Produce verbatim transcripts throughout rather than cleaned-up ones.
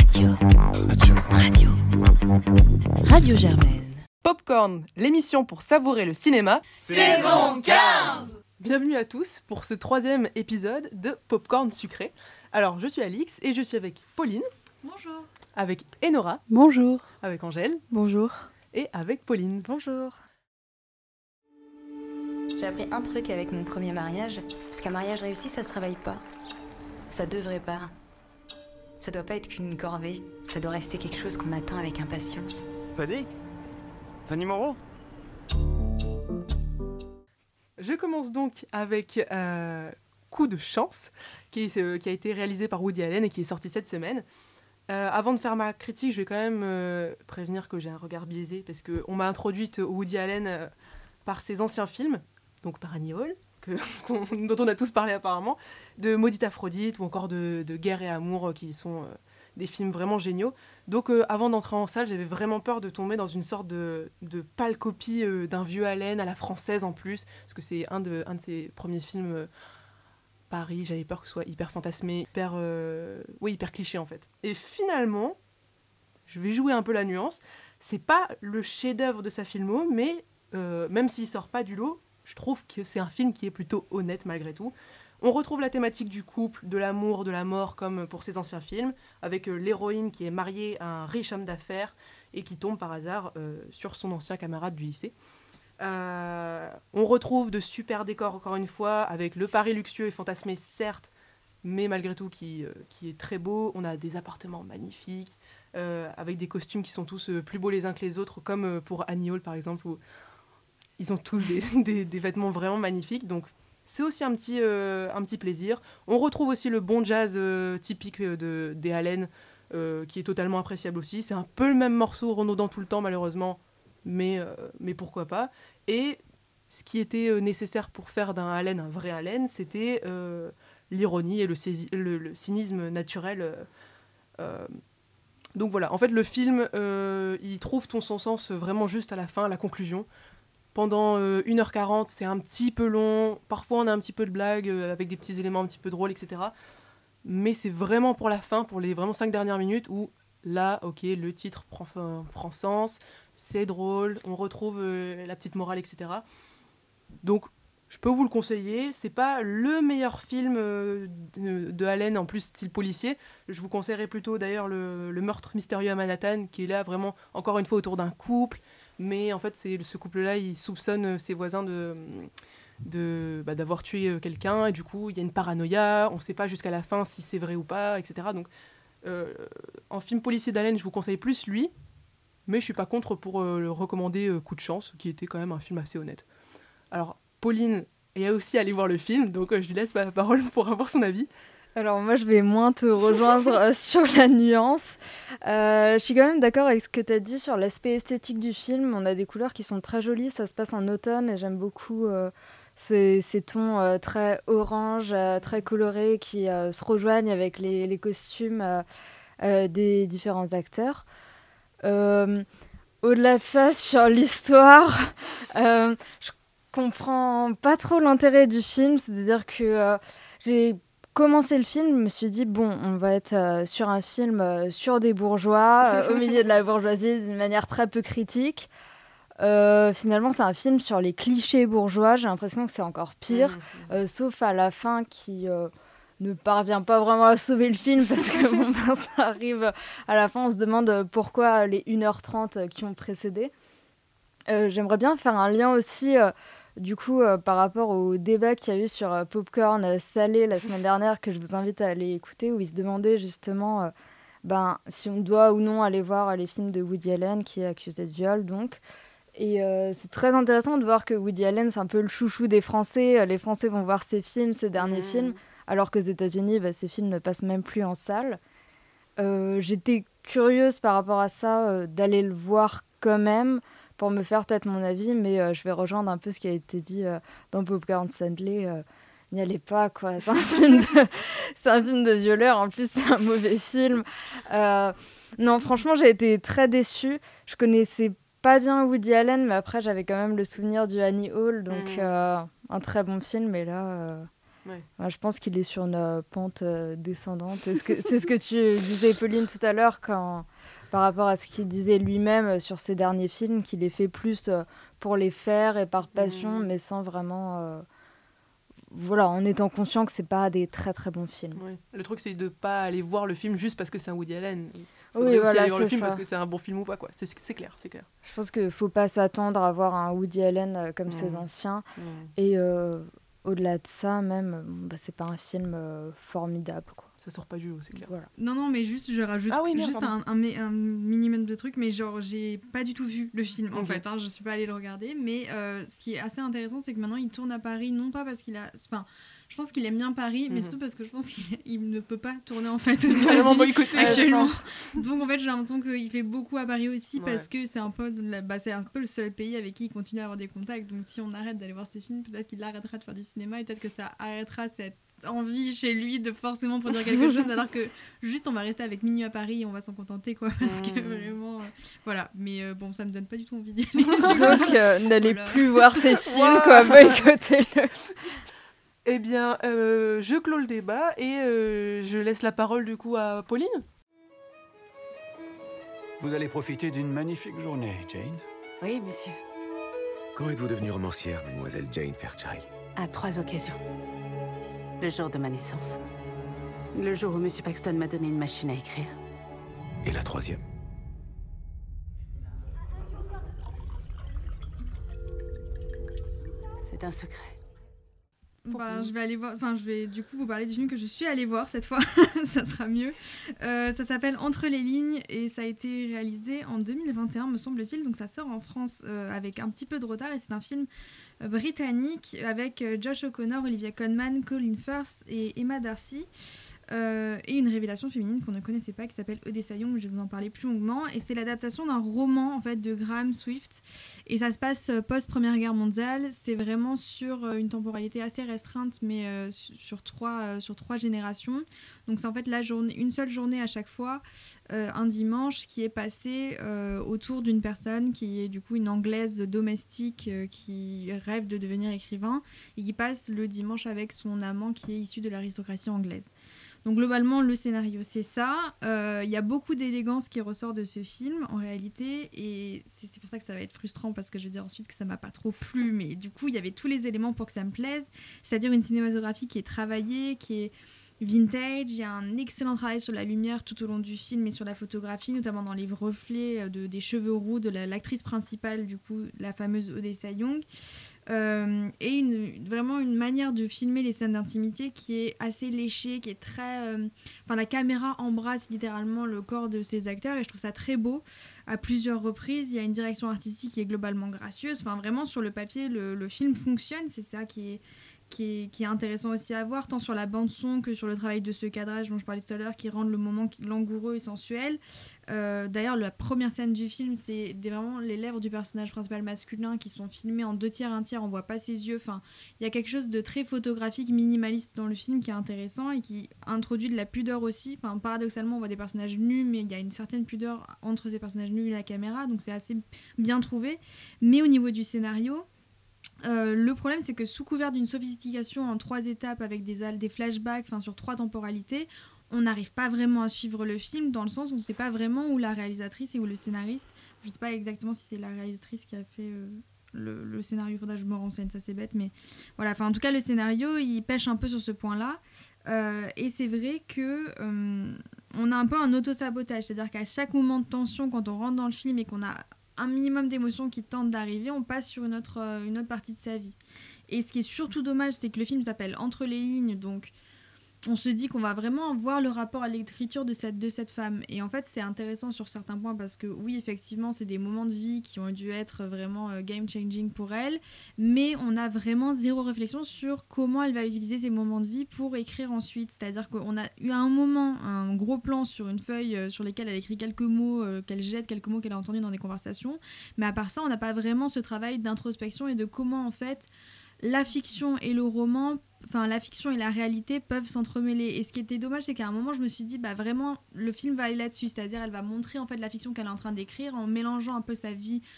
Radio. Radio. Radio. Radio Germaine. Popcorn, l'émission pour savourer le cinéma. Saison quinze. Bienvenue à tous pour ce troisième épisode de Popcorn sucré. Alors, je suis Alix et je suis avec Pauline. Bonjour. Avec Enora. Bonjour. Avec Angèle. Bonjour. Et avec Pauline. Bonjour. J'ai appris un truc avec mon premier mariage, parce qu'un mariage réussi, ça se réveille pas. Ça devrait pas. Ça doit pas être qu'une corvée, ça doit rester quelque chose qu'on attend avec impatience. Fanny ? Fanny Moreau ? Je commence donc avec euh, Coup de chance, qui, est, euh, qui a été réalisé par Woody Allen et qui est sorti cette semaine. Euh, avant de faire ma critique, je vais quand même euh, prévenir que j'ai un regard biaisé, parce qu'on m'a introduite au Woody Allen euh, par ses anciens films, donc par Annie Hall, que, dont on a tous parlé apparemment, de Maudite Aphrodite ou encore de, de Guerre et Amour, euh, qui sont euh, des films vraiment géniaux. Donc euh, avant d'entrer en salle, j'avais vraiment peur de tomber dans une sorte de, de pâle copie euh, d'un vieux Allen à la française en plus, parce que c'est un de, un de ses premiers films, euh, Paris, j'avais peur que ce soit hyper fantasmé, hyper, euh, oui, hyper cliché en fait. Et finalement, je vais jouer un peu la nuance, c'est pas le chef-d'œuvre de sa filmo, mais euh, même s'il sort pas du lot, je trouve que c'est un film qui est plutôt honnête malgré tout. On retrouve la thématique du couple, de l'amour, de la mort, comme pour ses anciens films, avec euh, l'héroïne qui est mariée à un riche homme d'affaires et qui tombe par hasard euh, sur son ancien camarade du lycée. Euh, on retrouve de super décors, encore une fois, avec le Paris luxueux et fantasmé, certes, mais malgré tout qui, euh, qui est très beau. On a des appartements magnifiques, euh, avec des costumes qui sont tous euh, plus beaux les uns que les autres, comme euh, pour Annie Hall, par exemple, où ils ont tous des, des, des vêtements vraiment magnifiques, donc c'est aussi un petit, euh, un petit plaisir. On retrouve aussi le bon jazz euh, typique de, des Allen, euh, qui est totalement appréciable aussi. C'est un peu le même morceau, renaudant tout le temps malheureusement, mais, euh, mais pourquoi pas. Et ce qui était euh, nécessaire pour faire d'un Allen un vrai Allen, c'était euh, l'ironie et le, saisi- le, le cynisme naturel. Euh, euh, donc voilà, en fait le film, euh, il trouve ton son sens vraiment juste à la fin, à la conclusion. Pendant euh, une heure quarante, c'est un petit peu long. Parfois, on a un petit peu de blagues euh, avec des petits éléments un petit peu drôles, et cetera. Mais c'est vraiment pour la fin, pour les vraiment cinq dernières minutes, où là, ok, le titre prend, euh, prend sens, c'est drôle, on retrouve euh, la petite morale, et cetera. Donc, je peux vous le conseiller. C'est pas le meilleur film euh, de, de Allen, en plus style policier. Je vous conseillerais plutôt d'ailleurs le, le Meurtre mystérieux à Manhattan, qui est là vraiment, encore une fois, autour d'un couple. Mais en fait, c'est, ce couple-là, il soupçonne ses voisins de, de, bah, d'avoir tué quelqu'un. Et du coup, il y a une paranoïa. On ne sait pas jusqu'à la fin si c'est vrai ou pas, et cetera. Donc, euh, en film policier d'Allen, je vous conseille plus lui. Mais je ne suis pas contre pour euh, le recommander euh, Coup de chance, qui était quand même un film assez honnête. Alors, Pauline est aussi allée voir le film. Donc, euh, je lui laisse ma parole pour avoir son avis. Alors moi, je vais moins te rejoindre euh, sur la nuance. Euh, je suis quand même d'accord avec ce que tu as dit sur l'aspect esthétique du film. On a des couleurs qui sont très jolies. Ça se passe en automne et j'aime beaucoup euh, ces, ces tons euh, très orange, euh, très colorés qui euh, se rejoignent avec les, les costumes euh, euh, des différents acteurs. Euh, au-delà de ça, sur l'histoire, euh, je comprends pas trop l'intérêt du film. C'est-à-dire que euh, j'ai commencé le film, je me suis dit, bon, on va être euh, sur un film euh, sur des bourgeois, euh, au milieu de la bourgeoisie, d'une manière très peu critique. Euh, finalement, c'est un film sur les clichés bourgeois. J'ai l'impression que c'est encore pire, mmh. euh, sauf à la fin qui euh, ne parvient pas vraiment à sauver le film, parce que bon, ben, ça arrive à la fin, on se demande pourquoi les une heure trente qui ont précédé. Euh, j'aimerais bien faire un lien aussi... Euh, Du coup, euh, par rapport au débat qu'il y a eu sur euh, Popcorn euh, salé la semaine dernière, que je vous invite à aller écouter, où ils se demandaient justement euh, ben, si on doit ou non aller voir euh, les films de Woody Allen, qui est accusé de viol, donc. Et euh, c'est très intéressant de voir que Woody Allen, c'est un peu le chouchou des Français. Les Français vont voir ses films, ses derniers mmh. films, alors qu'aux États-Unis, bah, ces films ne passent même plus en salle. Euh, j'étais curieuse par rapport à ça, euh, d'aller le voir quand même, pour me faire peut-être mon avis, mais euh, je vais rejoindre un peu ce qui a été dit euh, dans Popcorn Sanley. Euh, n'y allez pas, quoi. C'est un film de, c'est un film de violeur. En plus, c'est un mauvais film. Euh, non, franchement, j'ai été très déçue. Je connaissais pas bien Woody Allen, mais après, j'avais quand même le souvenir du Annie Hall, donc mmh. euh, un très bon film. Mais là, euh, Ouais. Enfin, je pense qu'il est sur une euh, pente euh, descendante. C'est ce, que, c'est ce que tu disais, Pauline, tout à l'heure, quand, par rapport à ce qu'il disait lui-même euh, sur ses derniers films, qu'il les fait plus euh, pour les faire et par passion, Mmh. mais sans vraiment... euh, voilà, en étant conscient que c'est pas des très très bons films. Ouais. Le truc, c'est de pas aller voir le film juste parce que c'est un Woody Allen. Il faudrait Oui, aussi voilà, aller voir le c'est film ça. parce que c'est un bon film ou pas, quoi. C'est, c'est clair, c'est clair. Je pense qu'il faut pas s'attendre à voir un Woody Allen euh, comme Mm. ses anciens. Mm. Et euh, au-delà de ça, même, euh, bah, c'est pas un film euh, formidable, quoi. Ça sort pas du lot, c'est clair. Voilà. Non, non, mais juste, je rajoute Ah oui, merde, juste pardon. un, un, mi- un minimum de trucs, mais genre, j'ai pas du tout vu le film, en Ok. fait, hein, je suis pas allée le regarder, mais euh, ce qui est assez intéressant, c'est que maintenant, il tourne à Paris, non pas parce qu'il a... Enfin, je pense qu'il aime bien Paris, mais Mhm. surtout parce que je pense qu'il il ne peut pas tourner, en fait, aux Carrément États-Unis boycotté. actuellement. je Donc, en fait, j'ai l'impression qu'il fait beaucoup à Paris aussi, Ouais. parce que c'est un, peu de la- bah, c'est un peu le seul pays avec qui il continue à avoir des contacts, donc si on arrête d'aller voir ces films, peut-être qu'il arrêtera de faire du cinéma, et peut-être que ça arrêtera cette envie chez lui de forcément produire quelque chose, alors que juste on va rester avec Minuit à Paris et on va s'en contenter, quoi, parce que Mmh. vraiment euh, voilà, mais euh, bon, ça me donne pas du tout envie d'y aller. Donc, euh, n'allez Voilà. plus voir ces films, Wow. quoi, boycottez-le. Eh bien, euh, je clôt le débat et euh, je laisse la parole du coup à Pauline. Vous allez profiter d'une magnifique journée, Jane. Oui, monsieur. Quand êtes-vous devenue romancière, mademoiselle Jane Fairchild? À trois occasions. Le jour de ma naissance. Le jour où monsieur Paxton m'a donné une machine à écrire. Et la troisième? C'est un secret. Bah, je vais aller voir, enfin, je vais du coup vous parler du film que je suis allée voir cette fois, ça sera mieux. Euh, ça s'appelle Entre les lignes et ça a été réalisé en deux mille vingt et un, me semble-t-il, donc ça sort en France euh, avec un petit peu de retard et c'est un film euh, britannique avec euh, Josh O'Connor, Olivia Colman, Colin Firth et Emma Darcy. Euh, et une révélation féminine qu'on ne connaissait pas qui s'appelle Odessa Young, je vais vous en parler plus longuement, et c'est l'adaptation d'un roman en fait de Graham Swift et ça se passe euh, post-première guerre mondiale. C'est vraiment sur euh, une temporalité assez restreinte mais euh, sur, sur, trois, euh, sur trois générations, donc c'est en fait la journée, une seule journée à chaque fois, euh, un dimanche qui est passé euh, autour d'une personne qui est du coup une anglaise domestique euh, qui rêve de devenir écrivain et qui passe le dimanche avec son amant qui est issu de l'aristocratie anglaise. Donc globalement, le scénario, c'est ça. Il euh, y a beaucoup d'élégance qui ressort de ce film, en réalité, et c'est, c'est pour ça que ça va être frustrant, parce que je vais dire ensuite que ça m'a pas trop plu, mais du coup, il y avait tous les éléments pour que ça me plaise, c'est-à-dire une cinématographie qui est travaillée, qui est vintage. Il y a un excellent travail sur la lumière tout au long du film et sur la photographie, notamment dans les reflets de, des cheveux roux de la, l'actrice principale, du coup, la fameuse Odessa Young. Euh, et une, vraiment une manière de filmer les scènes d'intimité qui est assez léchée, qui est très... Euh, enfin, la caméra embrasse littéralement le corps de ces acteurs et je trouve ça très beau à plusieurs reprises. Il y a une direction artistique qui est globalement gracieuse. Enfin, vraiment, sur le papier, le, le film fonctionne. C'est ça qui est... Qui est, qui est intéressant aussi à voir, tant sur la bande-son que sur le travail de ce cadrage dont je parlais tout à l'heure, qui rendent le moment langoureux et sensuel. Euh, d'ailleurs, la première scène du film, c'est des, vraiment les lèvres du personnage principal masculin qui sont filmées en deux tiers, un tiers, on voit pas ses yeux. Enfin, il y a quelque chose de très photographique, minimaliste dans le film qui est intéressant et qui introduit de la pudeur aussi. Enfin, paradoxalement, on voit des personnages nus, mais il y a une certaine pudeur entre ces personnages nus et la caméra, donc c'est assez bien trouvé. Mais au niveau du scénario... Euh, le problème, c'est que sous couvert d'une sophistication en trois étapes avec des, des flashbacks sur trois temporalités, on n'arrive pas vraiment à suivre le film dans le sens où on ne sait pas vraiment où la réalisatrice et où le scénariste. Je ne sais pas exactement si c'est la réalisatrice qui a fait euh, le, le scénario, il faudra que je me renseigne, ça c'est bête, mais voilà. En tout cas, le scénario, il pêche un peu sur ce point-là. Euh, et c'est vrai que euh, on a un peu un auto-sabotage, c'est-à-dire qu'à chaque moment de tension, quand on rentre dans le film et qu'on a un minimum d'émotions qui tentent d'arriver, on passe sur une autre, euh, une autre partie de sa vie. Et ce qui est surtout dommage, c'est que le film s'appelle Entre les lignes, donc on se dit qu'on va vraiment voir le rapport à l'écriture de cette, de cette femme. Et en fait, c'est intéressant sur certains points parce que oui, effectivement, c'est des moments de vie qui ont dû être vraiment euh, game-changing pour elle, mais on a vraiment zéro réflexion sur comment elle va utiliser ces moments de vie pour écrire ensuite. C'est-à-dire qu'on a eu à un moment un gros plan sur une feuille euh, sur lesquels elle écrit quelques mots, euh, qu'elle jette, quelques mots qu'elle a entendus dans des conversations, mais à part ça, on n'a pas vraiment ce travail d'introspection et de comment, en fait, la fiction et le roman, enfin la fiction et la réalité peuvent s'entremêler. Et ce qui était dommage, c'est qu'à un moment, je me suis dit, bah vraiment, le film va aller là-dessus, c'est-à-dire elle va montrer en fait la fiction qu'elle est en train d'écrire en mélangeant un peu sa vie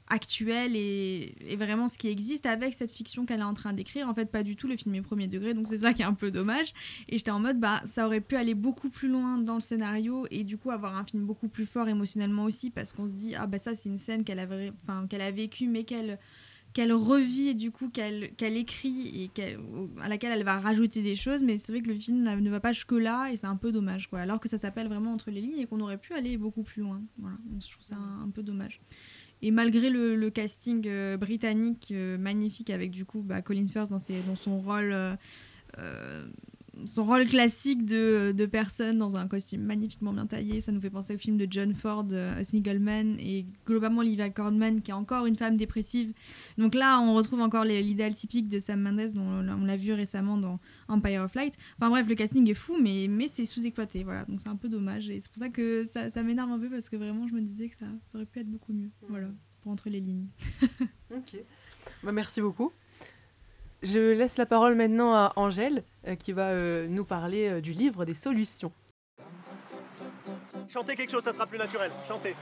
actuel et, et vraiment ce qui existe avec cette fiction qu'elle est en train d'écrire. En fait, pas du tout, le film est premier degré, donc c'est ça qui est un peu dommage. Et j'étais en mode, bah, ça aurait pu aller beaucoup plus loin dans le scénario et du coup avoir un film beaucoup plus fort émotionnellement aussi, parce qu'on se dit, ah bah ça c'est une scène qu'elle a, vra- enfin, qu'elle a vécue, mais qu'elle, qu'elle revit et du coup qu'elle, qu'elle écrit et qu'elle, à laquelle elle va rajouter des choses. Mais c'est vrai que le film ne va pas jusque-là et c'est un peu dommage, quoi. Alors que ça s'appelle vraiment Entre les lignes et qu'on aurait pu aller beaucoup plus loin. Voilà, donc je trouve ça un, un peu dommage. Et malgré le, le casting euh, britannique euh, magnifique avec du coup bah, Colin Firth dans, ses, dans son rôle euh, euh, son rôle classique de, de personne dans un costume magnifiquement bien taillé, ça nous fait penser au film de John Ford, euh, A Single Man, et globalement Olivia Colman qui est encore une femme dépressive. Donc là on retrouve encore les, l'idéal typique de Sam Mendes, dont on, on l'a vu récemment dans Empire of Light. Enfin bref, le casting est fou, mais, mais c'est sous-exploité, voilà, donc c'est un peu dommage et c'est pour ça que ça, ça m'énerve un peu, parce que vraiment je me disais que ça, ça aurait pu être beaucoup mieux, voilà, pour Entre les lignes. Ok, bah, merci beaucoup. Je laisse la parole maintenant à Angèle, euh, qui va euh, nous parler euh, du livre des solutions. Chantez quelque chose, ça sera plus naturel. Chantez.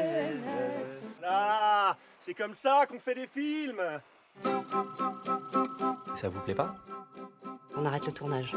Là, c'est comme ça qu'on fait des films. Ça vous plaît pas ? On arrête le tournage.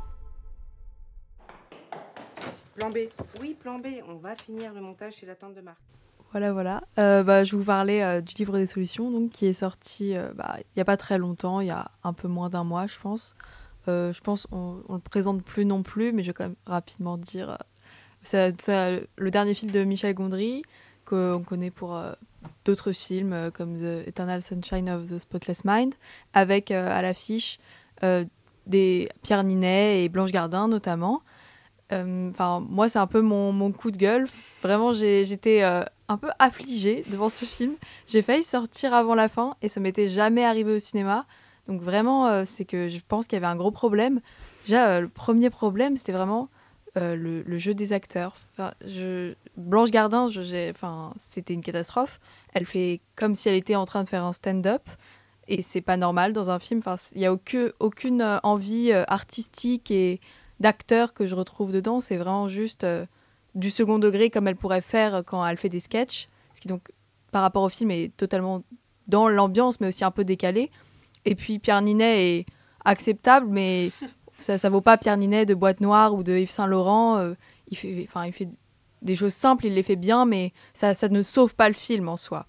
Plan B. Oui, plan B. On va finir le montage chez la tante de Marc. Voilà, voilà. Euh, bah, je vais vous parler euh, du livre des solutions, donc, qui est sorti euh, bah, il n'y a pas très longtemps, il y a un peu moins d'un mois, je pense. Euh, je pense qu'on ne le présente plus non plus, mais je vais quand même rapidement dire. Euh, c'est, c'est le dernier film de Michel Gondry, qu'on connaît pour euh, d'autres films, euh, comme The Eternal Sunshine of the Spotless Mind, avec euh, à l'affiche euh, des Pierre Ninet et Blanche Gardin, notamment. Enfin, euh, moi, c'est un peu mon, mon coup de gueule. Vraiment, j'ai, j'étais euh, un peu affligée devant ce film. J'ai failli sortir avant la fin et ça m'était jamais arrivé au cinéma. Donc vraiment, euh, c'est que je pense qu'il y avait un gros problème. Déjà, euh, le premier problème, c'était vraiment euh, le, le jeu des acteurs. Enfin, je... Blanche Gardin, je, j'ai... Enfin, c'était une catastrophe. Elle fait comme si elle était en train de faire un stand-up. Et c'est pas normal dans un film. Enfin, il n'y a aucune, aucune euh, envie euh, artistique et d'acteur que je retrouve dedans. C'est vraiment juste euh, du second degré, comme elle pourrait faire quand elle fait des sketchs, ce qui donc par rapport au film est totalement dans l'ambiance mais aussi un peu décalé. Et puis Pierre Ninet est acceptable, mais ça ça vaut pas Pierre Ninet de Boîte Noire ou de Yves Saint Laurent. Euh, il fait enfin il fait des choses simples, il les fait bien, mais ça ça ne sauve pas le film en soi.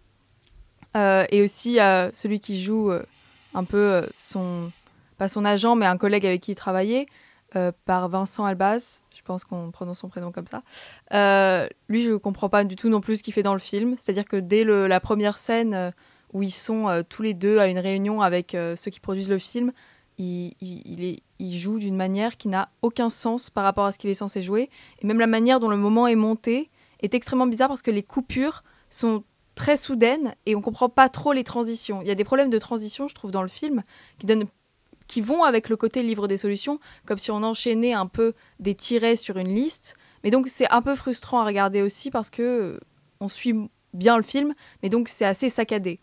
Euh, et aussi euh, celui qui joue euh, un peu euh, son pas son agent mais un collègue avec qui il travaillait, Euh, par Vincent Albaz, je pense qu'on prononce son prénom comme ça. Euh, lui, je ne comprends pas du tout non plus ce qu'il fait dans le film. C'est-à-dire que dès le, la première scène euh, où ils sont euh, tous les deux à une réunion avec euh, ceux qui produisent le film, il, il, il, est, il joue d'une manière qui n'a aucun sens par rapport à ce qu'il est censé jouer. Et même la manière dont le moment est monté est extrêmement bizarre parce que les coupures sont très soudaines et on ne comprend pas trop les transitions. Il y a des problèmes de transition, je trouve, dans le film qui donnent qui vont avec le côté livre des solutions, comme si on enchaînait un peu des tirets sur une liste. Mais donc, c'est un peu frustrant à regarder aussi parce que euh, on suit bien le film, mais donc c'est assez saccadé.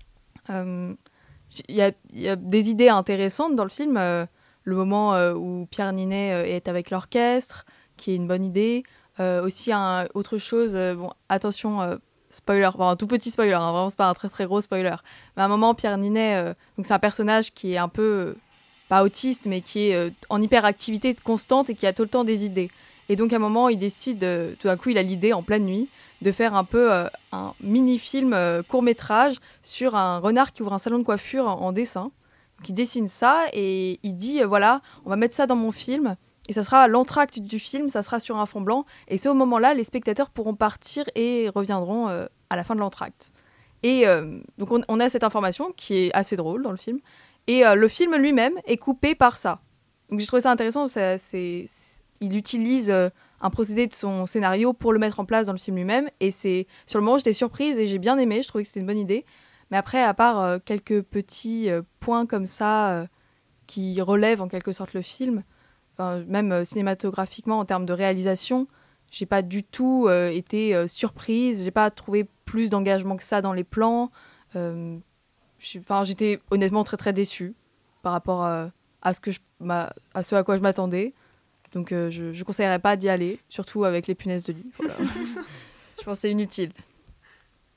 Il euh, y, y a des idées intéressantes dans le film. Euh, le moment euh, où Pierre Ninet euh, est avec l'orchestre, qui est une bonne idée. Euh, aussi, un, autre chose, euh, bon, attention... Euh, spoiler, enfin, un tout petit spoiler, hein, vraiment c'est pas un très très gros spoiler. Mais à un moment, Pierre Ninet, euh, donc c'est un personnage qui est un peu... Euh, pas autiste, mais qui est euh, en hyperactivité constante et qui a tout le temps des idées. Et donc, à un moment, il décide, euh, tout d'un coup, il a l'idée, en pleine nuit, de faire un peu euh, un mini-film euh, court-métrage sur un renard qui ouvre un salon de coiffure en, en dessin. Donc, il dessine ça et il dit, euh, voilà, on va mettre ça dans mon film et ça sera l'entracte du film, ça sera sur un fond blanc. Et c'est au moment-là, les spectateurs pourront partir et reviendront euh, à la fin de l'entracte. Et euh, donc, on, on a cette information qui est assez drôle dans le film. Et euh, le film lui-même est coupé par ça. Donc j'ai trouvé ça intéressant. Ça, c'est, c'est, il utilise euh, un procédé de son scénario pour le mettre en place dans le film lui-même. Et c'est, sur le moment, j'étais surprise et j'ai bien aimé. Je trouvais que c'était une bonne idée. Mais après, à part euh, quelques petits euh, points comme ça euh, qui relèvent en quelque sorte le film, même euh, cinématographiquement en termes de réalisation, j'ai pas du tout euh, été euh, surprise. J'ai pas trouvé plus d'engagement que ça dans les plans. Euh, Enfin, j'étais honnêtement très très déçue par rapport à, à, ce, que je, ma, à ce à quoi je m'attendais. Donc euh, je ne conseillerais pas d'y aller, surtout avec les punaises de lit. Voilà. Je pense que c'est inutile.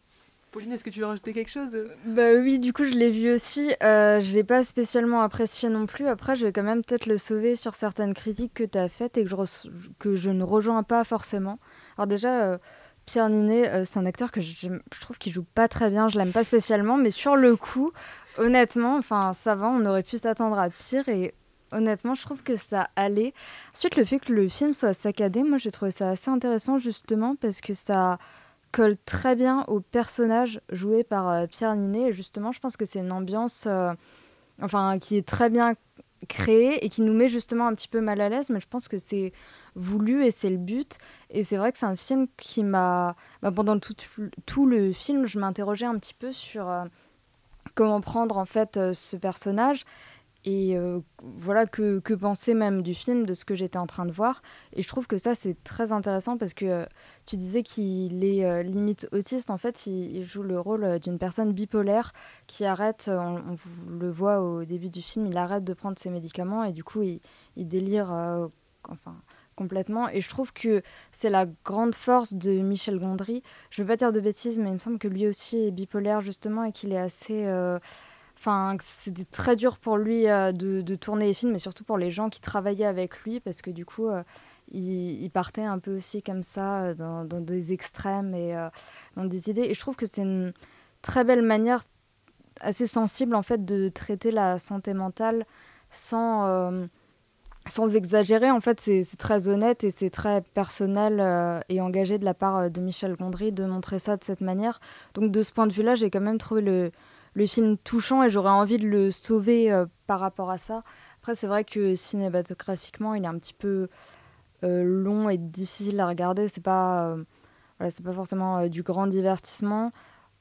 Pauline, est-ce que tu veux rajouter quelque chose ? Bah oui, du coup, je l'ai vu aussi. Euh, je l'ai pas spécialement apprécié non plus. Après, je vais quand même peut-être le sauver sur certaines critiques que tu as faites et que je, re- que je ne rejoins pas forcément. Alors déjà, euh, Pierre Niney, euh, c'est un acteur que j'aime- je trouve qu'il joue pas très bien. Je l'aime pas spécialement, mais sur le coup, honnêtement, enfin, ça va. On aurait pu s'attendre à pire et honnêtement, je trouve que ça allait. Ensuite, le fait que le film soit saccadé, moi, j'ai trouvé ça assez intéressant justement parce que ça colle très bien au personnage joué par euh, Pierre Niney. Et justement, je pense que c'est une ambiance euh, enfin, qui est très bien créée et qui nous met justement un petit peu mal à l'aise, mais je pense que c'est voulu et c'est le but. Et c'est vrai que c'est un film qui m'a... Bah, pendant tout, tout le film, je m'interrogeais un petit peu sur euh, comment prendre en fait euh, ce personnage et euh, voilà que, que penser même du film, de ce que j'étais en train de voir. Et je trouve que ça, c'est très intéressant parce que euh, tu disais qu'il est euh, limite autiste. En fait, il, il joue le rôle euh, d'une personne bipolaire qui arrête, on, on le voit au début du film, il arrête de prendre ses médicaments et du coup, il, il délire euh, enfin, complètement. Et je trouve que c'est la grande force de Michel Gondry. Je ne veux pas dire de bêtises, mais il me semble que lui aussi est bipolaire justement et qu'il est assez... Euh, Enfin, c'était très dur pour lui euh, de, de tourner les films, mais surtout pour les gens qui travaillaient avec lui, parce que du coup, euh, il, il partait un peu aussi comme ça, euh, dans, dans des extrêmes et euh, dans des idées. Et je trouve que c'est une très belle manière, assez sensible en fait, de traiter la santé mentale sans, euh, sans exagérer. En fait, c'est, c'est très honnête et c'est très personnel euh, et engagé de la part de Michel Gondry de montrer ça de cette manière. Donc, de ce point de vue-là, j'ai quand même trouvé le... le film touchant et j'aurais envie de le sauver euh, par rapport à ça. Après, c'est vrai que cinématographiquement, il est un petit peu euh, long et difficile à regarder. C'est pas, euh, voilà, c'est pas forcément euh, du grand divertissement.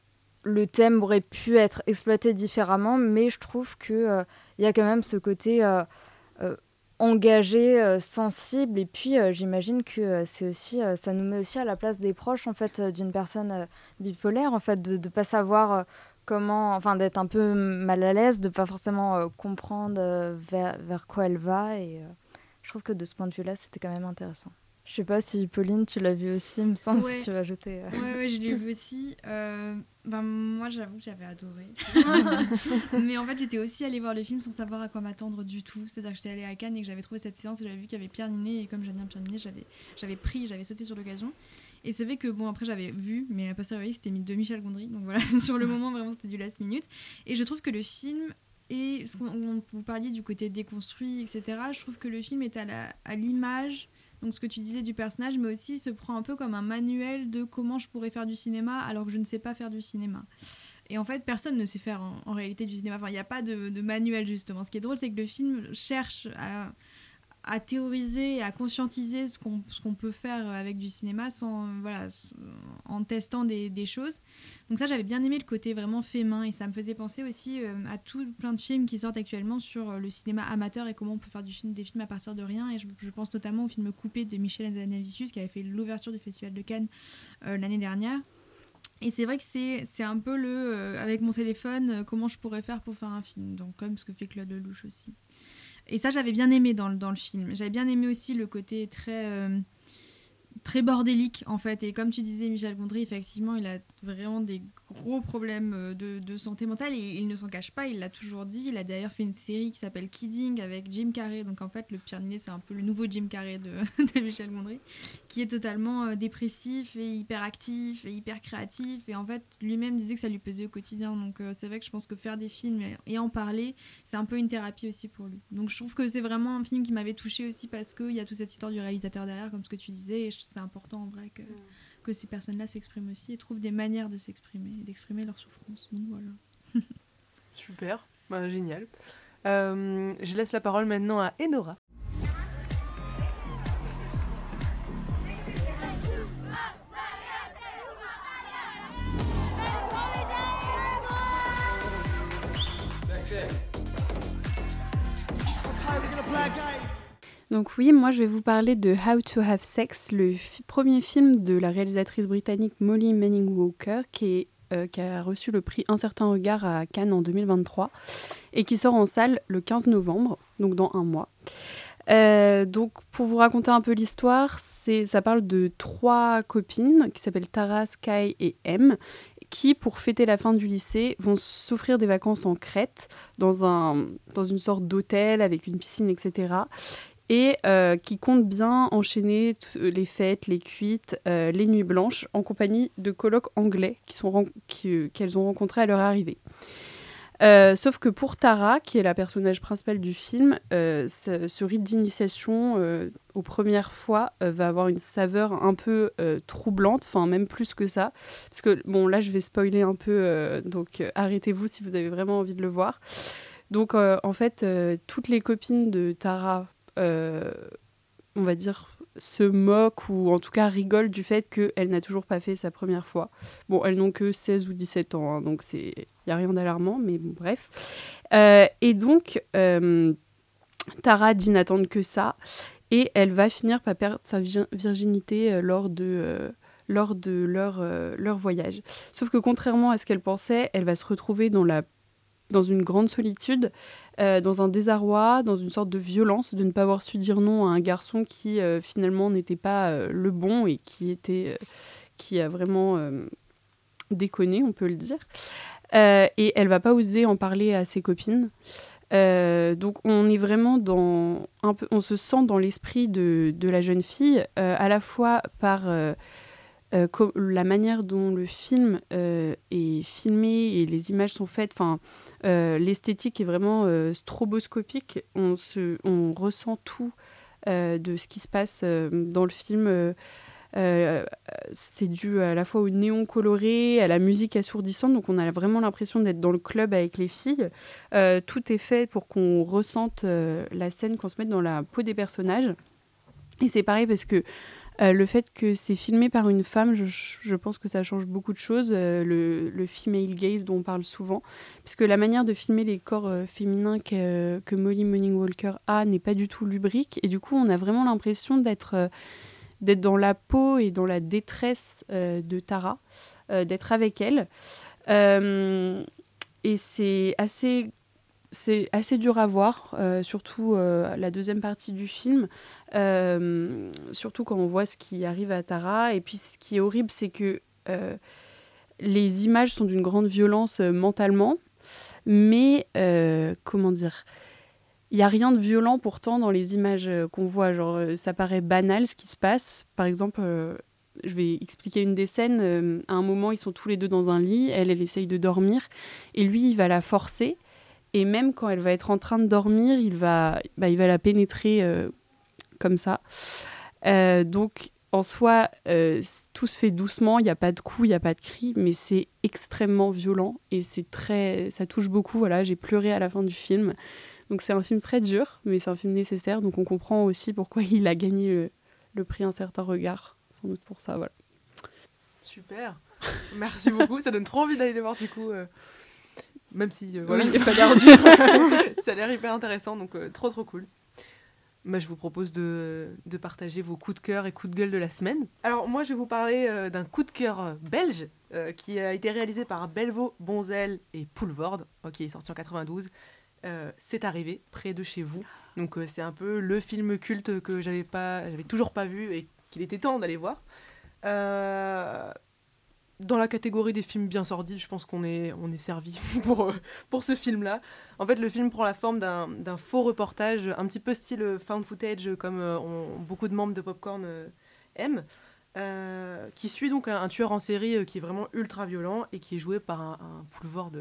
Le thème aurait pu être exploité différemment, mais je trouve qu'il euh, y a quand même ce côté euh, euh, engagé, euh, sensible. Et puis, euh, j'imagine que euh, c'est aussi, euh, ça nous met aussi à la place des proches en fait, euh, d'une personne euh, bipolaire, en fait, de ne pas savoir... Euh, comment, enfin d'être un peu mal à l'aise, de pas forcément euh, comprendre euh, vers, vers quoi elle va et euh, je trouve que de ce point de vue-là, c'était quand même intéressant. Je sais pas si Pauline, tu l'as vu aussi, il me semble, ouais. si tu vas ajouter. Euh... Ouais, ouais, je l'ai vu aussi. Euh, ben, moi, j'avoue que j'avais adoré. Mais en fait, j'étais aussi allée voir le film sans savoir à quoi m'attendre du tout. C'est-à-dire que j'étais allée à Cannes et que j'avais trouvé cette séance et j'avais vu qu'il y avait Pierre Niney et comme j'aime bien Pierre Niney, j'avais, j'avais pris, j'avais sauté sur l'occasion. Et c'est vrai que, bon, après, j'avais vu, mais a posteriori, c'était de Michel Gondry. Donc voilà, sur le moment, vraiment, c'était du last minute. Et je trouve que le film... Et ce qu'on, on, vous parliez du côté déconstruit, et cetera. Je trouve que le film est à, la, à l'image, donc ce que tu disais du personnage, mais aussi se prend un peu comme un manuel de comment je pourrais faire du cinéma alors que je ne sais pas faire du cinéma. Et en fait, personne ne sait faire en, en réalité du cinéma. Enfin, il n'y a pas de, de manuel, justement. Ce qui est drôle, c'est que le film cherche à... à théoriser et à conscientiser ce qu'on, ce qu'on peut faire avec du cinéma sans, voilà, en testant des, des choses. Donc ça, j'avais bien aimé le côté vraiment fait main et ça me faisait penser aussi euh, à tout plein de films qui sortent actuellement sur le cinéma amateur et comment on peut faire du film, des films à partir de rien. Et je, je pense notamment au film Coupé de Michel Hazanavicius qui avait fait l'ouverture du Festival de Cannes euh, l'année dernière. Et c'est vrai que c'est, c'est un peu le, euh, avec mon téléphone, euh, comment je pourrais faire pour faire un film. Donc comme ce que fait Claude Lelouch aussi. Et ça, j'avais bien aimé dans le, dans le film. J'avais bien aimé aussi le côté très, euh, très bordélique, en fait. Et comme tu disais, Michel Gondry, effectivement, il a vraiment des gros problèmes de, de santé mentale. Et il ne s'en cache pas, il l'a toujours dit. Il a d'ailleurs fait une série qui s'appelle Kidding avec Jim Carrey. Donc, en fait, le Pierre Niney, c'est un peu le nouveau Jim Carrey de, de Michel Gondry, qui est totalement euh, dépressif et hyperactif et hyper créatif. Et en fait, lui-même disait que ça lui pesait au quotidien. Donc, euh, c'est vrai que je pense que faire des films et, et en parler, c'est un peu une thérapie aussi pour lui. Donc, je trouve que c'est vraiment un film qui m'avait touchée aussi parce qu'il y a toute cette histoire du réalisateur derrière, comme ce que tu disais. Et c'est important, en vrai, que... Mm. que ces personnes-là s'expriment aussi et trouvent des manières de s'exprimer et d'exprimer leur souffrance. Donc voilà. Super, bah, génial. Euh, je laisse la parole maintenant à Enora. Donc oui, moi je vais vous parler de How to Have Sex, le f- premier film de la réalisatrice britannique Molly Manning Walker, qui, est, euh, qui a reçu le prix Un certain regard à Cannes en deux mille vingt-trois et qui sort en salle le quinze novembre, donc dans un mois. Euh, donc pour vous raconter un peu l'histoire, c'est, ça parle de trois copines qui s'appellent Tara, Sky et M, qui, pour fêter la fin du lycée, vont s'offrir des vacances en Crète, dans, un, dans une sorte d'hôtel avec une piscine, et cetera. Et euh, qui comptent bien enchaîner t- les fêtes, les cuites, euh, les nuits blanches, en compagnie de colocs anglais qui sont ren- qui, euh, qu'elles ont rencontrés à leur arrivée. Euh, sauf que pour Tara, qui est la personnage principale du film, euh, ce, ce rite d'initiation euh, aux premières fois euh, va avoir une saveur un peu euh, troublante, enfin même plus que ça. Parce que, bon, là je vais spoiler un peu, euh, donc euh, arrêtez-vous si vous avez vraiment envie de le voir. Donc euh, en fait, euh, toutes les copines de Tara, euh, on va dire, se moquent ou en tout cas rigolent du fait qu'elle n'a toujours pas fait sa première fois. Bon, elles n'ont que seize ou dix-sept ans, hein, donc il n'y a rien d'alarmant, mais bon, bref. Euh, et donc, euh, Tara dit n'attendre que ça, et elle va finir par perdre sa vi- virginité euh, lors de... Euh, lors de leur, euh, leur voyage. Sauf que contrairement à ce qu'elle pensait, elle va se retrouver dans la dans une grande solitude, euh, dans un désarroi, dans une sorte de violence de ne pas avoir su dire non à un garçon qui euh, finalement n'était pas euh, le bon et qui, était, euh, qui a vraiment euh, déconné, on peut le dire. Euh, et elle va pas oser en parler à ses copines. Euh, donc on est vraiment dans un peu, on se sent dans l'esprit de, de la jeune fille, euh, à la fois par euh, Euh, co- la manière dont le film euh, est filmé et les images sont faites, enfin, euh, l'esthétique est vraiment euh, stroboscopique. On, se, on ressent tout euh, de ce qui se passe euh, dans le film. Euh, euh, c'est dû à la fois au néon coloré, à la musique assourdissante, donc on a vraiment l'impression d'être dans le club avec les filles. Euh, tout est fait pour qu'on ressente euh, la scène, qu'on se mette dans la peau des personnages. Et c'est pareil parce que Euh, le fait que c'est filmé par une femme, je, je pense que ça change beaucoup de choses, euh, le, le female gaze dont on parle souvent, puisque la manière de filmer les corps euh, féminins que, que Molly Manning Walker a n'est pas du tout lubrique, et du coup on a vraiment l'impression d'être, euh, d'être dans la peau et dans la détresse euh, de Tara, euh, d'être avec elle. Euh, et c'est assez... C'est assez dur à voir, euh, surtout euh, la deuxième partie du film, euh, surtout quand on voit ce qui arrive à Tara. Et puis ce qui est horrible, c'est que euh, les images sont d'une grande violence euh, mentalement, mais euh, comment dire, il n'y a rien de violent pourtant dans les images euh, qu'on voit. Genre, euh, ça paraît banal ce qui se passe. Par exemple, euh, je vais expliquer une des scènes. Euh, à un moment, ils sont tous les deux dans un lit. Elle, elle essaye de dormir. Et lui, il va la forcer. Et même quand elle va être en train de dormir, il va, bah, il va la pénétrer euh, comme ça. Euh, donc, en soi, euh, tout se fait doucement. Il n'y a pas de coups, il n'y a pas de cris, mais c'est extrêmement violent et c'est très, ça touche beaucoup. Voilà, j'ai pleuré à la fin du film. Donc, c'est un film très dur, mais c'est un film nécessaire. Donc, on comprend aussi pourquoi il a gagné le, le prix Un certain regard. Sans doute pour ça, voilà. Super. Merci beaucoup. Ça donne trop envie d'aller les voir, du coup. Euh... Même si euh, voilà, oui. ça a l'air dur. Ça a l'air hyper intéressant, donc euh, trop trop cool. Bah, je vous propose de, de partager vos coups de cœur et coups de gueule de la semaine. Alors moi je vais vous parler euh, d'un coup de cœur euh, belge euh, qui a été réalisé par Belvaux, Bonzel et Poulvord, euh, qui est sorti en quatre-vingt-douze. Euh, c'est arrivé près de chez vous. Donc euh, c'est un peu le film culte que j'avais pas, j'avais toujours pas vu et qu'il était temps d'aller voir. Euh... Dans la catégorie des films bien sordides, je pense qu'on est, on est servi pour, euh, pour ce film-là. En fait, le film prend la forme d'un, d'un faux reportage, un petit peu style found footage, comme euh, on, beaucoup de membres de Popcorn euh, aiment, euh, qui suit donc un, un tueur en série euh, qui est vraiment ultra violent et qui est joué par un, un Poulvord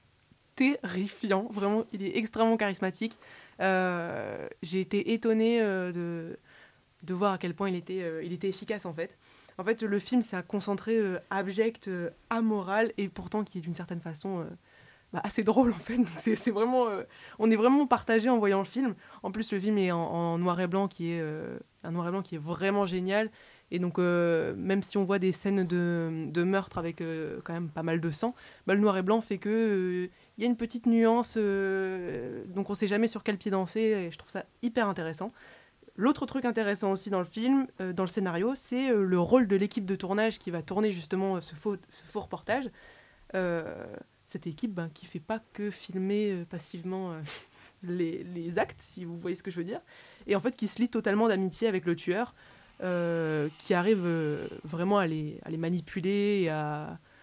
terrifiant. Vraiment, il est extrêmement charismatique. Euh, j'ai été étonnée euh, de, de voir à quel point il était, euh, il était efficace, en fait. En fait, le film, c'est un concentré euh, abject, euh, amoral, et pourtant qui est d'une certaine façon euh, bah, assez drôle, en fait. Donc, c'est, c'est vraiment, euh, on est vraiment partagé en voyant le film. En plus, le film est en, en noir et blanc, qui est euh, un noir et blanc qui est vraiment génial. Et donc, euh, même si on voit des scènes de, de meurtre avec euh, quand même pas mal de sang, bah, le noir et blanc fait que euh, y a une petite nuance, euh, donc on sait jamais sur quel pied danser, et je trouve ça hyper intéressant. L'autre truc intéressant aussi dans le film, euh, dans le scénario, c'est euh, le rôle de l'équipe de tournage qui va tourner justement euh, ce, faux, ce faux reportage. Euh, cette équipe ben, qui ne fait pas que filmer euh, passivement euh, les, les actes, si vous voyez ce que je veux dire, et en fait qui se lie totalement d'amitié avec le tueur, euh, qui arrive euh, vraiment à les, à les manipuler et à,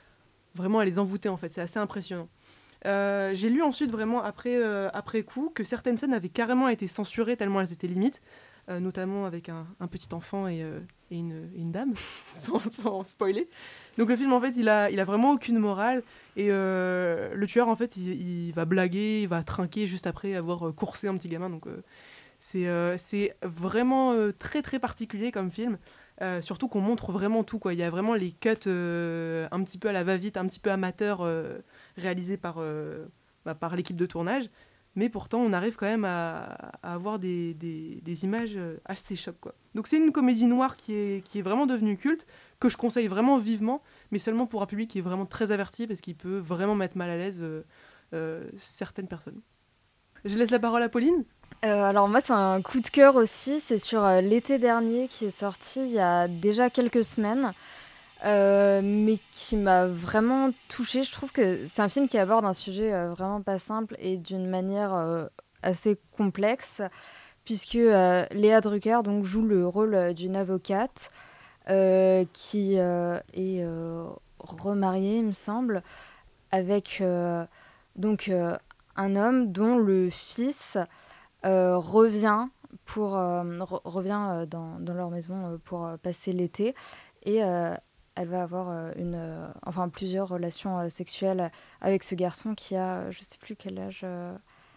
vraiment à les envoûter en fait, c'est assez impressionnant. Euh, j'ai lu ensuite vraiment après, euh, après coup que certaines scènes avaient carrément été censurées tellement elles étaient limites, euh, notamment avec un, un petit enfant et, euh, et, une, et une dame, sans, sans spoiler. Donc le film en fait il a, il a vraiment aucune morale et euh, le tueur en fait il, il va blaguer, il va trinquer juste après avoir coursé un petit gamin, donc euh, c'est, euh, c'est vraiment euh, très très particulier comme film. Euh, surtout qu'on montre vraiment tout, quoi. Il y a vraiment les cuts euh, un petit peu à la va-vite, un petit peu amateur, euh, réalisés par, euh, bah, par l'équipe de tournage. Mais pourtant, on arrive quand même à, à avoir des, des, des images assez chocs, quoi. Donc c'est une comédie noire qui est, qui est vraiment devenue culte, que je conseille vraiment vivement, mais seulement pour un public qui est vraiment très averti, parce qu'il peut vraiment mettre mal à l'aise euh, euh, certaines personnes. Je laisse la parole à Pauline. Euh, alors moi c'est un coup de cœur aussi, c'est sur euh, l'été dernier qui est sorti il y a déjà quelques semaines, euh, mais qui m'a vraiment touchée. Je trouve que c'est un film qui aborde un sujet euh, vraiment pas simple et d'une manière euh, assez complexe, puisque euh, Léa Drucker donc, joue le rôle d'une avocate euh, qui euh, est euh, remariée, il me semble, avec euh, donc, euh, un homme dont le fils... Euh, revient, pour, euh, re- revient euh, dans, dans leur maison euh, pour euh, passer l'été et euh, elle va avoir euh, une, euh, enfin, plusieurs relations euh, sexuelles avec ce garçon qui a, euh, je sais plus quel âge, euh,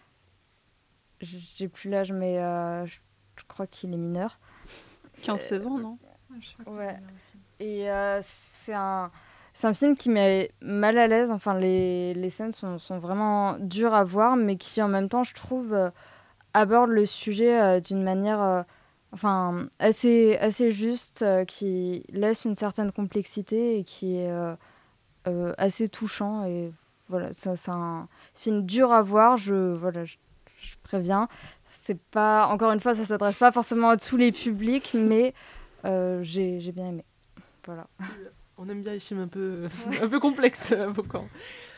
j'ai plus l'âge mais euh, je, je crois qu'il est mineur. quinze seize ans, non ? Ouais. Et euh, c'est un... C'est un film qui met mal à l'aise. Enfin, les, les scènes sont, sont vraiment dures à voir, mais qui, en même temps, je trouve... Euh, aborde le sujet euh, d'une manière euh, enfin, assez, assez juste, euh, qui laisse une certaine complexité et qui est euh, euh, assez touchant. Et voilà, ça, c'est un film dur à voir, je, voilà, je, je préviens. C'est pas, encore une fois, ça ne s'adresse pas forcément à tous les publics, mais euh, j'ai, j'ai bien aimé. Voilà. On aime bien les films un peu, un peu complexes, beaucoup.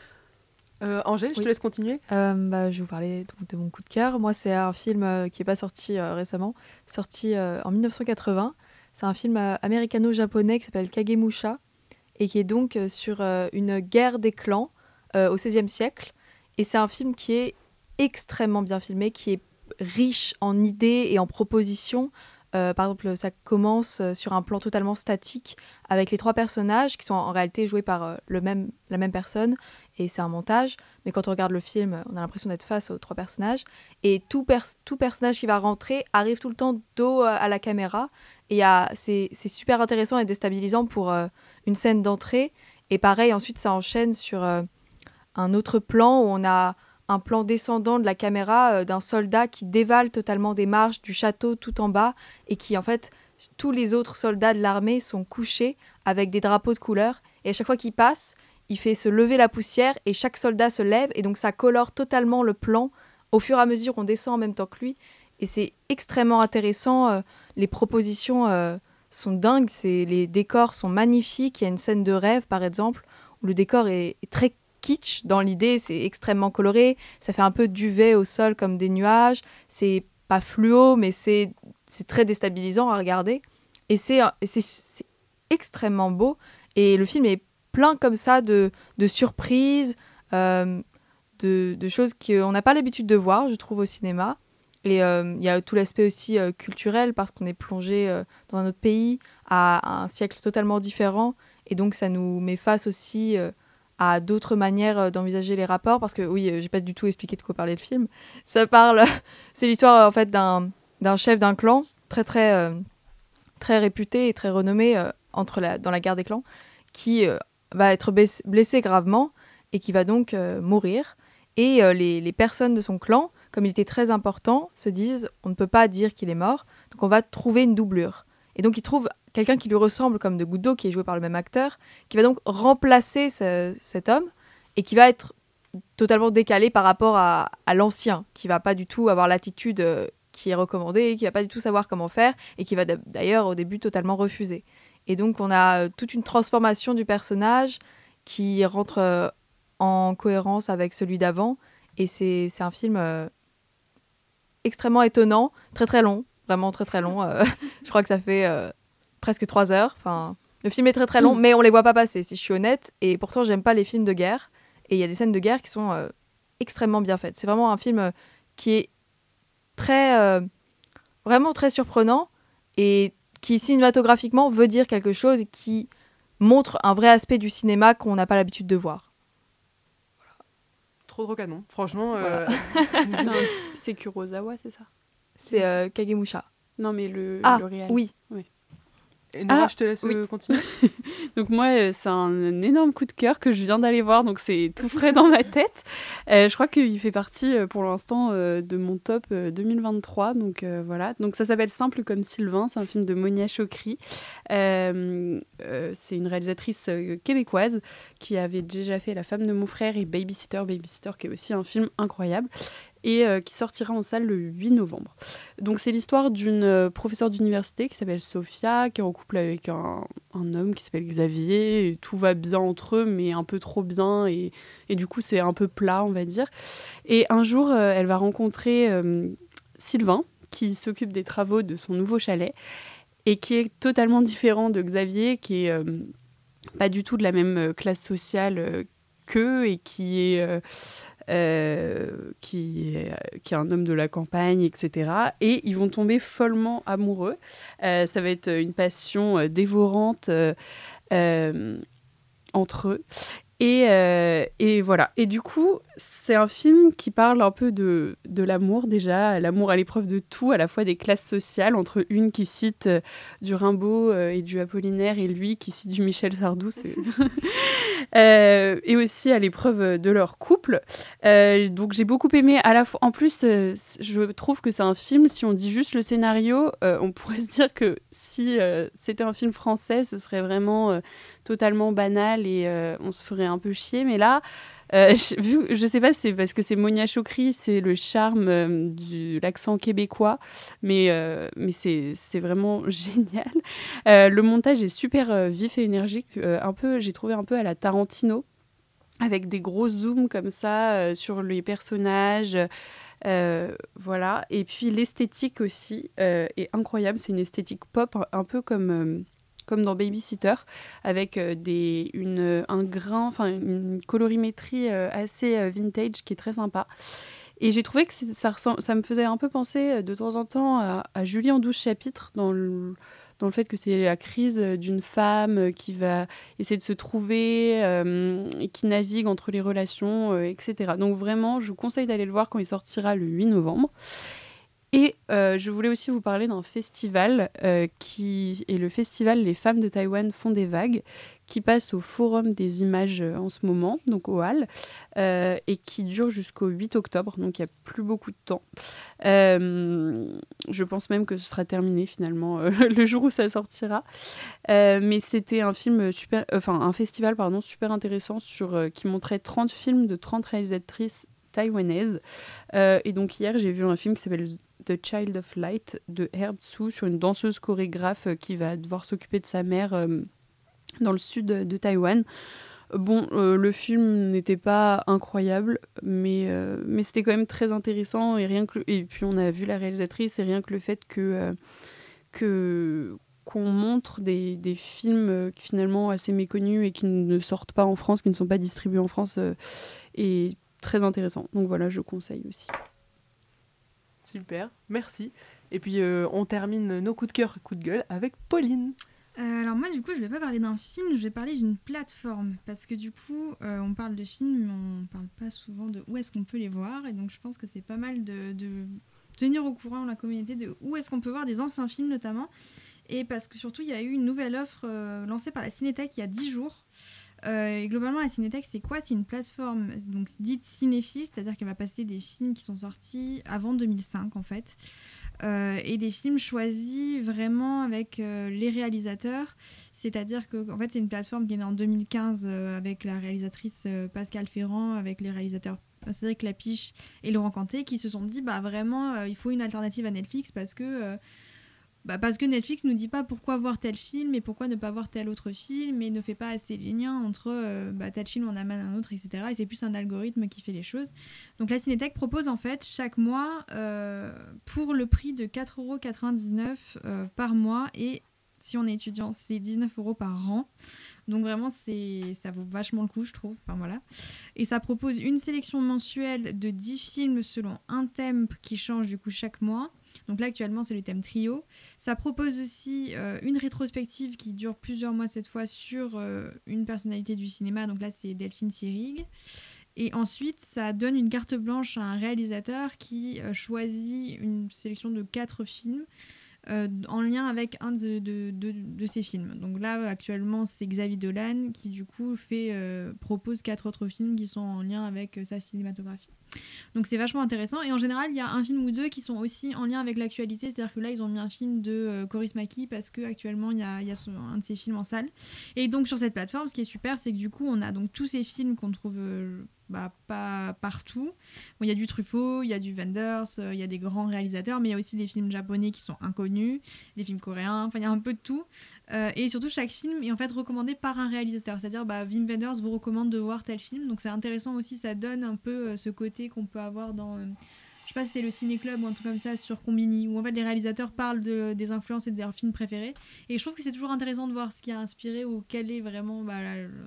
Euh, Angèle, je oui. te laisse continuer. Euh, bah, je vais vous parler donc, de mon coup de cœur. Moi, c'est un film euh, qui n'est pas sorti euh, récemment, sorti euh, en dix-neuf cent quatre-vingts. C'est un film euh, américano-japonais qui s'appelle Kagemusha et qui est donc euh, sur euh, une guerre des clans euh, au seizième siècle. Et c'est un film qui est extrêmement bien filmé, qui est riche en idées et en propositions. Euh, par exemple, ça commence euh, sur un plan totalement statique avec les trois personnages qui sont en réalité joués par euh, le même, la même personne et c'est un montage. Mais quand on regarde le film, on a l'impression d'être face aux trois personnages et tout, pers- tout personnage qui va rentrer arrive tout le temps dos euh, à la caméra et à, c'est, c'est super intéressant et déstabilisant pour euh, une scène d'entrée. Et pareil, ensuite, ça enchaîne sur euh, un autre plan où on a un plan descendant de la caméra euh, d'un soldat qui dévale totalement des marches du château tout en bas et qui, en fait, tous les autres soldats de l'armée sont couchés avec des drapeaux de couleur. Et à chaque fois qu'il passe, il fait se lever la poussière et chaque soldat se lève et donc ça colore totalement le plan. Au fur et à mesure, on descend en même temps que lui. Et c'est extrêmement intéressant. Euh, les propositions euh, sont dingues. C'est, les décors sont magnifiques. Il y a une scène de rêve, par exemple, où le décor est, est très kitsch dans l'idée, c'est extrêmement coloré, ça fait un peu duvet au sol comme des nuages, c'est pas fluo mais c'est, c'est très déstabilisant à regarder et c'est, et c'est, c'est extrêmement beau et le film est plein comme ça de, de surprises, euh, de, de choses qu'on n'a pas l'habitude de voir, je trouve, au cinéma. Et il euh, y a tout l'aspect aussi euh, culturel parce qu'on est plongé euh, dans un autre pays à, à un siècle totalement différent et donc ça nous met face aussi euh, à d'autres manières d'envisager les rapports, parce que oui, j'ai pas du tout expliqué de quoi parlait le film. Ça parle, c'est l'histoire en fait d'un, d'un chef d'un clan très très euh, très réputé et très renommé euh, entre la, dans la guerre des clans, qui euh, va être blessé, blessé gravement et qui va donc euh, mourir. Et euh, les, les personnes de son clan, comme il était très important, se disent on ne peut pas dire qu'il est mort, donc on va trouver une doublure. Et donc ils trouvent quelqu'un qui lui ressemble comme de goutte d'eau, qui est joué par le même acteur, qui va donc remplacer ce, cet homme et qui va être totalement décalé par rapport à, à l'ancien, qui va pas du tout avoir l'attitude euh, qui est recommandée, qui va pas du tout savoir comment faire et qui va d- d'ailleurs au début totalement refuser. Et donc on a euh, toute une transformation du personnage qui rentre euh, en cohérence avec celui d'avant et c'est, c'est un film euh, extrêmement étonnant, très très long, vraiment très très long. Euh, je crois que ça fait... Euh, presque trois heures. Enfin, Le film est très très long, mmh. mais on les voit pas passer, si je suis honnête. Et pourtant, j'aime pas les films de guerre. Et il y a des scènes de guerre qui sont euh, extrêmement bien faites. C'est vraiment un film euh, qui est très, euh, vraiment très surprenant et qui cinématographiquement veut dire quelque chose et qui montre un vrai aspect du cinéma qu'on n'a pas l'habitude de voir. Voilà. Trop trop canon, franchement. Euh... Voilà. c'est, un... c'est Kurosawa, c'est ça? C'est euh, Kagemusha. Non, mais le, ah, le réel. Oui. oui. Et Nora, ah, je te laisse oui. continuer. Donc moi, c'est un énorme coup de cœur que je viens d'aller voir, donc c'est tout frais dans ma tête. Euh, je crois qu'il fait partie, pour l'instant, euh, de mon top euh, deux mille vingt-trois. Donc euh, voilà. Donc ça s'appelle Simple comme Sylvain. C'est un film de Monia Chokri. Euh, euh, c'est une réalisatrice euh, québécoise qui avait déjà fait La femme de mon frère et Babysitter. Babysitter, qui est aussi un film incroyable. Et euh, qui sortira en salle le huit novembre. Donc c'est l'histoire d'une euh, professeure d'université qui s'appelle Sophia, qui est en couple avec un, un homme qui s'appelle Xavier, et tout va bien entre eux, mais un peu trop bien, et, et du coup c'est un peu plat, on va dire. Et un jour, euh, elle va rencontrer euh, Sylvain, qui s'occupe des travaux de son nouveau chalet, et qui est totalement différent de Xavier, qui est euh, pas du tout de la même classe sociale euh, qu'eux, et qui est... Euh, Euh, qui, est, qui est un homme de la campagne, et cetera. Et ils vont tomber follement amoureux. Euh, ça va être une passion euh, dévorante euh, euh, entre eux. Et, euh, et voilà. Et du coup, c'est un film qui parle un peu de, de l'amour déjà, l'amour à l'épreuve de tout, à la fois des classes sociales, entre une qui cite euh, du Rimbaud euh, et du Apollinaire, et lui qui cite du Michel Sardou. C'est... euh, et aussi à l'épreuve de leur couple. Euh, donc j'ai beaucoup aimé. À la fois, en plus, euh, je trouve que c'est un film, si on dit juste le scénario, euh, on pourrait se dire que si euh, c'était un film français, ce serait vraiment euh, totalement banal et euh, on se ferait un peu chier. Mais là, euh, je, vu, je sais pas si c'est parce que c'est Monia Chokri, c'est le charme euh, de l'accent québécois, mais, euh, mais c'est, c'est vraiment génial. Euh, le montage est super euh, vif et énergique. Euh, un peu, j'ai trouvé un peu à la Tarantino, avec des gros zooms comme ça euh, sur les personnages. Euh, voilà. Et puis l'esthétique aussi euh, est incroyable. C'est une esthétique pop, un, un peu comme... Euh, comme dans Babysitter, avec euh, des, une, un grain, enfin une colorimétrie euh, assez euh, vintage qui est très sympa. Et j'ai trouvé que ça, ressemble, ça me faisait un peu penser de temps en temps à, à Julie en douze chapitres, dans le, dans le fait que c'est la crise d'une femme qui va essayer de se trouver euh, et qui navigue entre les relations, euh, et cetera. Donc vraiment, je vous conseille d'aller le voir quand il sortira le huit novembre. Et euh, je voulais aussi vous parler d'un festival euh, qui est le festival Les Femmes de Taïwan font des vagues, qui passe au Forum des images euh, en ce moment, donc au Hall, euh, et qui dure jusqu'au huit octobre, donc il n'y a plus beaucoup de temps. Euh, je pense même que ce sera terminé finalement euh, le jour où ça sortira. Euh, mais c'était un film super, enfin un festival pardon super intéressant sur euh, qui montrait trente films de trente réalisatrices taïwanaises. Euh, et donc hier j'ai vu un film qui s'appelle The Child of Light de Herb Tsu sur une danseuse chorégraphe qui va devoir s'occuper de sa mère euh, dans le sud de Taïwan. Bon, euh, le film n'était pas incroyable, mais, euh, mais c'était quand même très intéressant. Et, rien que le... et puis on a vu la réalisatrice, et rien que le fait que, euh, que, qu'on montre des, des films euh, finalement assez méconnus et qui ne sortent pas en France, qui ne sont pas distribués en France, euh, est très intéressant. Donc voilà, je conseille aussi. Super, merci. Et puis euh, on termine nos coups de cœur et coups de gueule avec Pauline. Euh, alors moi du coup je vais pas parler d'un film, je vais parler d'une plateforme, parce que du coup euh, on parle de films mais on parle pas souvent de où est-ce qu'on peut les voir, et donc je pense que c'est pas mal de, de tenir au courant la communauté de où est-ce qu'on peut voir des anciens films notamment, et parce que surtout il y a eu une nouvelle offre euh, lancée par la Cinétech il y a dix jours. Euh, et globalement, la Cinétech, c'est quoi ? C'est une plateforme donc, dite cinéphile, c'est-à-dire qu'elle va passer des films qui sont sortis avant deux mille cinq, en fait, euh, et des films choisis vraiment avec euh, les réalisateurs. C'est-à-dire que en fait, c'est une plateforme qui est née en deux mille quinze euh, avec la réalisatrice euh, Pascale Ferrand, avec les réalisateurs Cédric Lapiche et Laurent Canté, qui se sont dit bah, vraiment, euh, il faut une alternative à Netflix parce que... Euh, Bah parce que Netflix ne nous dit pas pourquoi voir tel film et pourquoi ne pas voir tel autre film, et ne fait pas assez les liens entre euh, bah, tel film on amène un autre, et cetera. Et c'est plus un algorithme qui fait les choses. Donc la Cinétech propose en fait chaque mois, euh, pour le prix de quatre euros quatre-vingt-dix-neuf euh, par mois, et si on est étudiant, c'est dix-neuf euros par an. Donc vraiment, c'est, ça vaut vachement le coup, je trouve. Enfin, voilà. Et ça propose une sélection mensuelle de dix films selon un thème qui change du coup chaque mois. Donc là, actuellement, c'est le thème trio. Ça propose aussi euh, une rétrospective qui dure plusieurs mois cette fois sur euh, une personnalité du cinéma. Donc là, c'est Delphine Seyrig. Et ensuite, ça donne une carte blanche à un réalisateur qui euh, choisit une sélection de quatre films Euh, en lien avec un de, de, de, de ses films. Donc là, actuellement, c'est Xavier Dolan qui, du coup, fait, euh, propose quatre autres films qui sont en lien avec euh, sa cinématographie. Donc c'est vachement intéressant. Et en général, il y a un film ou deux qui sont aussi en lien avec l'actualité. C'est-à-dire que là, ils ont mis un film de euh, Coris Maki parce qu'actuellement, il y a, il y a son, un de ses films en salle. Et donc, sur cette plateforme, ce qui est super, c'est que du coup, on a donc tous ces films qu'on trouve... Euh, Bah, pas partout. Bon, il y a du Truffaut, il y a du Wenders, il euh, y a des grands réalisateurs, mais il y a aussi des films japonais qui sont inconnus, des films coréens, enfin il y a un peu de tout. Euh, et surtout, chaque film est en fait recommandé par un réalisateur. C'est-à-dire, bah, Wim Wenders vous recommande de voir tel film. Donc c'est intéressant aussi, ça donne un peu euh, ce côté qu'on peut avoir dans... Euh, je sais pas si c'est le Ciné-Club ou un truc comme ça sur Combini, où en fait les réalisateurs parlent de, des influences et de leurs films préférés. Et je trouve que c'est toujours intéressant de voir ce qui a inspiré ou quel est vraiment... Bah, la, le,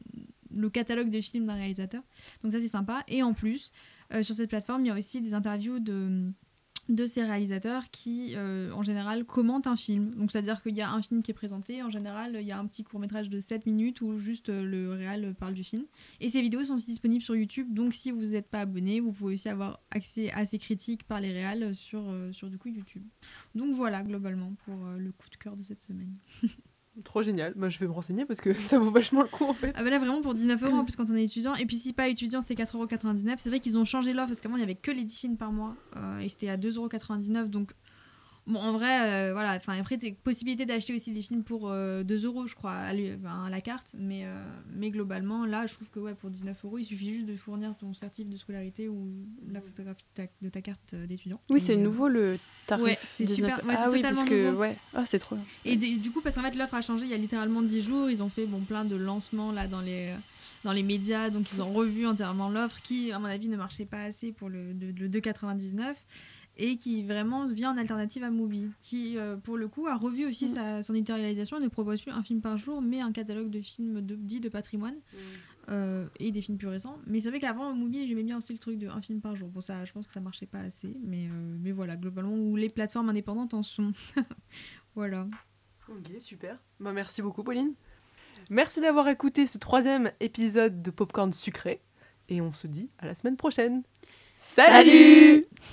le catalogue de films d'un réalisateur. Donc ça, c'est sympa. Et en plus, euh, sur cette plateforme, il y a aussi des interviews de, de ces réalisateurs qui, euh, en général, commentent un film. Donc c'est-à-dire qu'il y a un film qui est présenté. En général, il y a un petit court-métrage de sept minutes où juste euh, le réal parle du film. Et ces vidéos sont aussi disponibles sur YouTube. Donc si vous n'êtes pas abonné, vous pouvez aussi avoir accès à ces critiques par les réals sur, euh, sur du coup, YouTube. Donc voilà, globalement, pour euh, le coup de cœur de cette semaine. Trop génial, moi je vais me renseigner parce que ça vaut vachement le coup en fait. Ah bah là vraiment pour dix-neuf euros en plus quand on est étudiant, et puis si pas étudiant c'est quatre euros quatre-vingt-dix-neuf. C'est vrai qu'ils ont changé l'offre parce qu'avant il y avait que les dix films par mois euh, et c'était à deux euros quatre-vingt-dix-neuf, donc bon en vrai euh, voilà, enfin après t'as possibilité d'acheter aussi des films pour euh, deux euros je crois à, enfin, à la carte, mais, euh, mais globalement là je trouve que ouais pour dix-neuf euros il suffit juste de fournir ton certif de scolarité ou la photographie de ta, de ta carte d'étudiant. Oui, et, c'est euh, nouveau le tarif. Ouais, c'est super, ouais, ah c'est oui, totalement parce que nouveau. ouais, ah c'est trop bien. Et de, du coup parce qu'en fait l'offre a changé il y a littéralement dix jours, ils ont fait bon plein de lancements là dans les dans les médias, donc ils ont revu entièrement l'offre qui à mon avis ne marchait pas assez pour le, le, le deux euros quatre-vingt-dix-neuf. Et qui vraiment vient en alternative à Mubi, qui euh, pour le coup a revu aussi mmh. sa, son éditorialisation et ne propose plus un film par jour, mais un catalogue de films de, dits de patrimoine mmh. euh, et des films plus récents. Mais c'est vrai qu'avant Mubi, j'aimais bien aussi le truc de un film par jour. Bon ça, je pense que ça marchait pas assez, mais euh, mais voilà globalement où les plateformes indépendantes en sont. Voilà. Ok, super. Bah, merci beaucoup Pauline. Merci d'avoir écouté ce troisième épisode de Popcorn Sucré et on se dit à la semaine prochaine. Salut, Salut